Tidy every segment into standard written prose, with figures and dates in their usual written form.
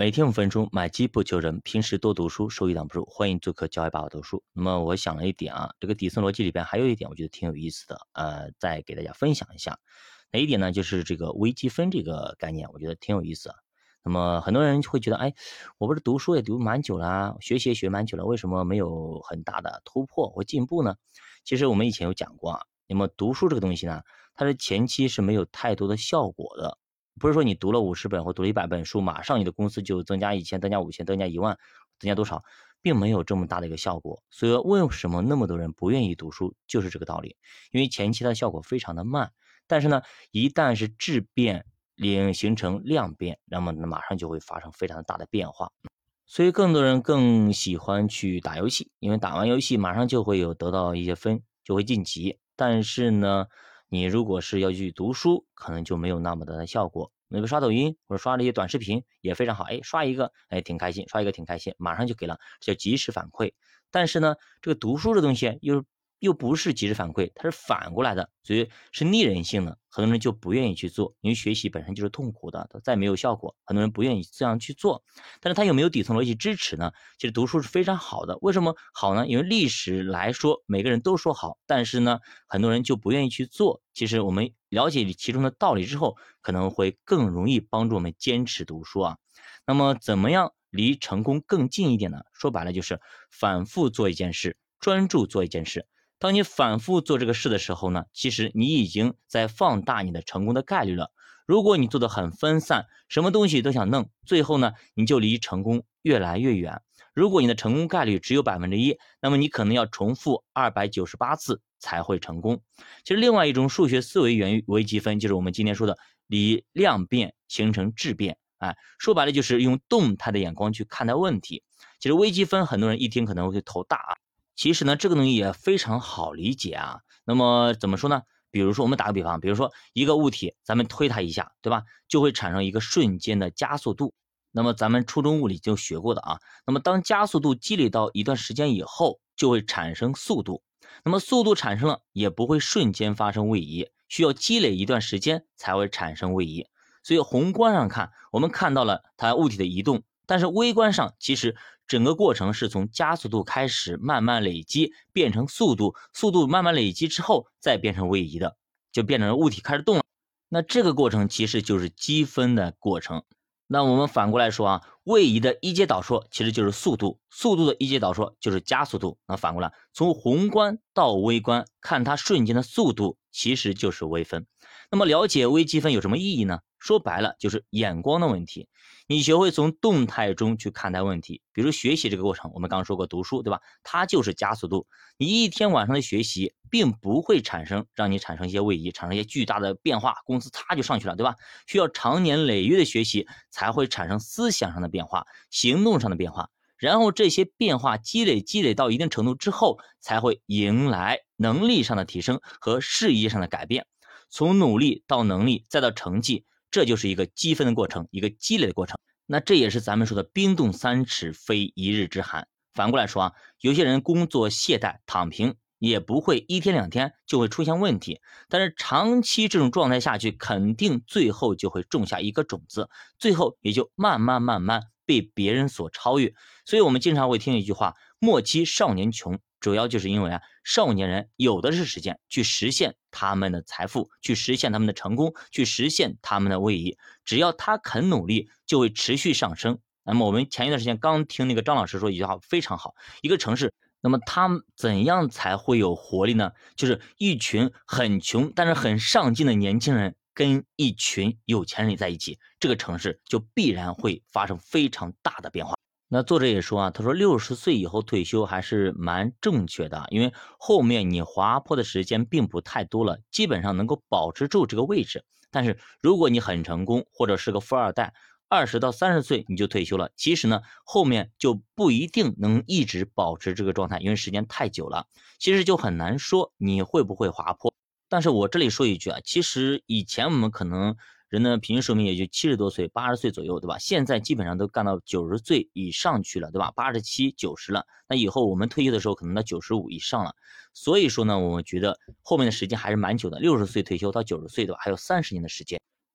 每天5分钟，买机不求人，平时多读书，收益挡不住。欢迎做客教爱爸爸读书。那么我想了一点啊，这个底层逻辑里边还有一点，我觉得挺有意思的，再给大家分享一下。哪一点呢？就是这个微积分这个概念，我觉得挺有意思啊。那么很多人会觉得，哎，我不是读书也读蛮久了啊，学习也学蛮久了，为什么没有很大的突破或进步呢？其实我们以前有讲过啊，那么读书这个东西呢，它的前期是没有太多的效果的。不是说你读了50本或读了100本书，马上你的公司就增加1000、增加5000、增加1万、增加多少，并没有这么大的一个效果。所以为什么那么多人不愿意读书，就是这个道理。因为前期它的效果非常的慢，但是呢，一旦是质变形成量变，那么马上就会发生非常大的变化。所以更多人更喜欢去打游戏，因为打完游戏马上就会得到一些分，就会晋级。但是呢，你如果是要去读书，可能就没有那么的效果。那个刷抖音或者刷了一些短视频也非常好，哎，刷一个哎挺开心，刷一个挺开心，马上就给了，叫及时反馈。但是呢，这个读书这东西又不是及时反馈，它是反过来的，所以是逆人性的，很多人就不愿意去做，因为学习本身就是痛苦的，它再没有效果，很多人不愿意这样去做。但是它有没有底层逻辑支持呢？其实读书是非常好的，为什么好呢？因为历史来说，每个人都说好，但是呢，很多人就不愿意去做。其实我们了解其中的道理之后，可能会更容易帮助我们坚持读书啊。那么怎么样离成功更近一点呢？说白了就是反复做一件事，专注做一件事。当你反复做这个事的时候呢，其实你已经在放大你的成功的概率了。如果你做的很分散，什么东西都想弄，最后呢，你就离成功越来越远。如果你的成功概率只有1%，那么你可能要重复298次才会成功。其实另外一种数学思维源于微积分，就是我们今天说的离量变形成质变。哎，说白了就是用动态的眼光去看待问题。其实微积分很多人一听可能会头大啊，其实呢，这个东西也非常好理解啊。那么怎么说呢？比如说我们打个比方，比如说一个物体，咱们推它一下，对吧？就会产生一个瞬间的加速度。那么咱们初中物理就学过的啊。那么当加速度积累到一段时间以后，就会产生速度。那么速度产生了，也不会瞬间发生位移，需要积累一段时间才会产生位移。所以宏观上看，我们看到了它物体的移动，但是微观上其实整个过程是从加速度开始慢慢累积变成速度，速度慢慢累积之后再变成位移的，就变成物体开始动了。那这个过程其实就是积分的过程。那我们反过来说啊，位移的一阶导说其实就是速度，速度的一阶导说就是加速度。那反过来，从宏观到微观看它瞬间的速度，其实就是微分。那么了解微积分有什么意义呢？说白了就是眼光的问题。你学会从动态中去看待问题，比如学习这个过程，我们刚刚说过读书，对吧？它就是加速度。你一天晚上的学习，并不会让你产生一些位移，产生一些巨大的变化，工资嚓就上去了，对吧？需要长年累月的学习，才会产生思想上的变化，行动上的变化。然后这些变化积累到一定程度之后，才会迎来能力上的提升和事业上的改变。从努力到能力，再到成绩，这就是一个积分的过程，一个积累的过程。那这也是咱们说的冰冻三尺非一日之寒。反过来说啊，有些人工作懈怠躺平，也不会一天两天就会出现问题，但是长期这种状态下去，肯定最后就会种下一个种子，最后也就慢慢被别人所超越。所以我们经常会听一句话，莫欺少年穷，主要就是因为啊，少年人有的是时间去实现他们的财富，去实现他们的成功，去实现他们的位移。只要他肯努力，就会持续上升。那么我们前一段时间刚听那个张老师说一句话非常好，一个城市，那么他怎样才会有活力呢？就是一群很穷但是很上进的年轻人跟一群有钱人在一起，这个城市就必然会发生非常大的变化。那作者也说啊，他说60岁以后退休还是蛮正确的，因为后面你滑坡的时间并不太多了，基本上能够保持住这个位置。但是如果你很成功，或者是个富二代，20到30岁你就退休了，其实呢，后面就不一定能一直保持这个状态，因为时间太久了，其实就很难说你会不会滑坡。但是我这里说一句啊，其实以前我们可能人的平均寿命也就70多岁、80岁左右，对吧？现在基本上都干到90岁以上去了，对吧？87、90了，那以后我们退休的时候可能到95以上了。所以说呢，我们觉得后面的时间还是蛮久的，60岁退休到90岁，对吧？还有30年的时间。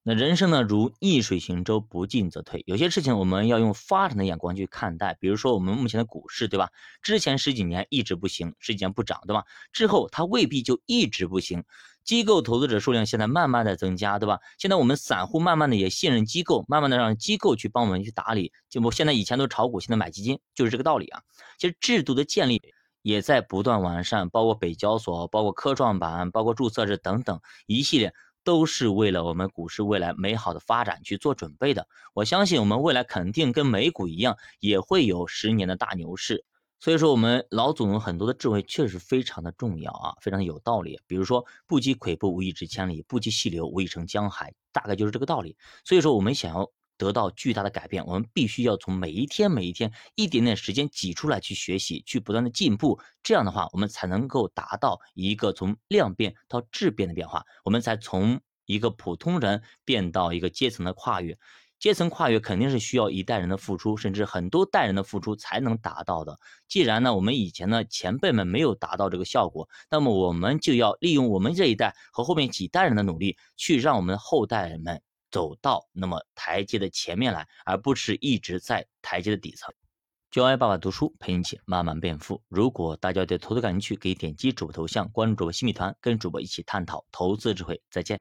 那人生呢，如逆水行舟，不进则退。有些事情我们要用发展的眼光去看待，比如说我们目前的股市，对吧？之前十几年一直不行，十几年不涨，对吧？之后它未必就一直不行。机构投资者数量现在慢慢的增加，对吧？现在我们散户慢慢的也信任机构，慢慢的让机构去帮我们去打理。就我现在以前都炒股，现在买基金，就是这个道理啊。其实制度的建立也在不断完善，包括北交所，包括科创板，包括注册制等等一系列。都是为了我们股市未来美好的发展去做准备的。我相信我们未来肯定跟美股一样，也会有10年的大牛市。所以说，我们老祖宗很多的智慧确实非常的重要啊，非常的有道理。比如说，不积跬步无以至千里，不积细流无以成江海，大概就是这个道理。所以说，我们想要得到巨大的改变，我们必须要从每一天一点点时间挤出来去学习，去不断的进步。这样的话，我们才能够达到一个从量变到质变的变化，我们才从一个普通人变到一个阶层的跨越。阶层跨越肯定是需要一代人的付出，甚至很多代人的付出才能达到的。既然呢，我们以前的前辈们没有达到这个效果，那么我们就要利用我们这一代和后面几代人的努力，去让我们后代人们走到那么台阶的前面来，而不是一直在台阶的底层。就爱爸爸读书，陪你一起慢慢变富。如果大家对投资感兴趣，可以点击主播头像关注主播新米团，跟主播一起探讨投资智慧。再见。